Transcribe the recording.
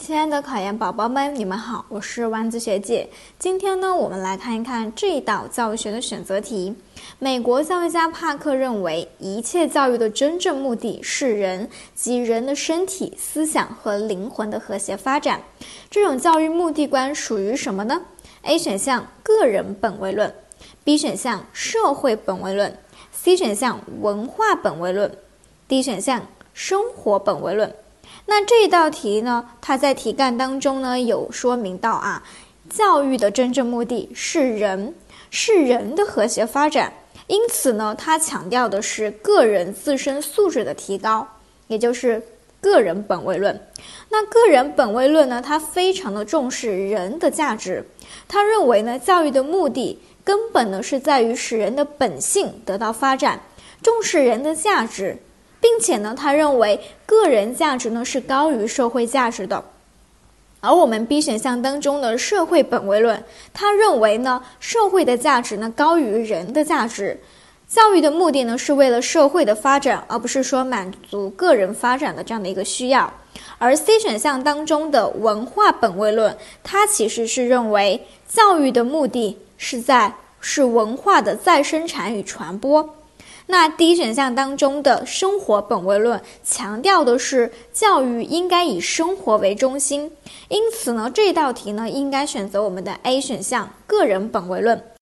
亲爱的考研宝宝们，你们好，我是丸子学姐。今天呢，我们来看一看这一道教育学的选择题。美国教育家帕克认为，一切教育的真正目的是人及人的身体、思想和灵魂的和谐发展。这种教育目的观属于什么呢？ A 选项个人本位论， B 选项社会本位论， C 选项文化本位论， D 选项生活本位论。那这一道题呢，它在题干当中呢有说明到教育的真正目的是人的和谐发展，因此呢，它强调的是个人自身素质的提高，也就是个人本位论。那个人本位论呢，它非常的重视人的价值，他认为呢，教育的目的根本呢是在于使人的本性得到发展，重视人的价值。并且呢，他认为个人价值呢是高于社会价值的。而我们 B 选项当中的社会本位论，他认为呢，社会的价值呢高于人的价值。教育的目的呢是为了社会的发展，而不是说满足个人发展的这样的一个需要。而 C 选项当中的文化本位论，它其实是认为教育的目的是文化的再生产与传播。那 D 选项当中的生活本位论强调的是教育应该以生活为中心，因此呢，这道题呢应该选择我们的 A 选项个人本位论。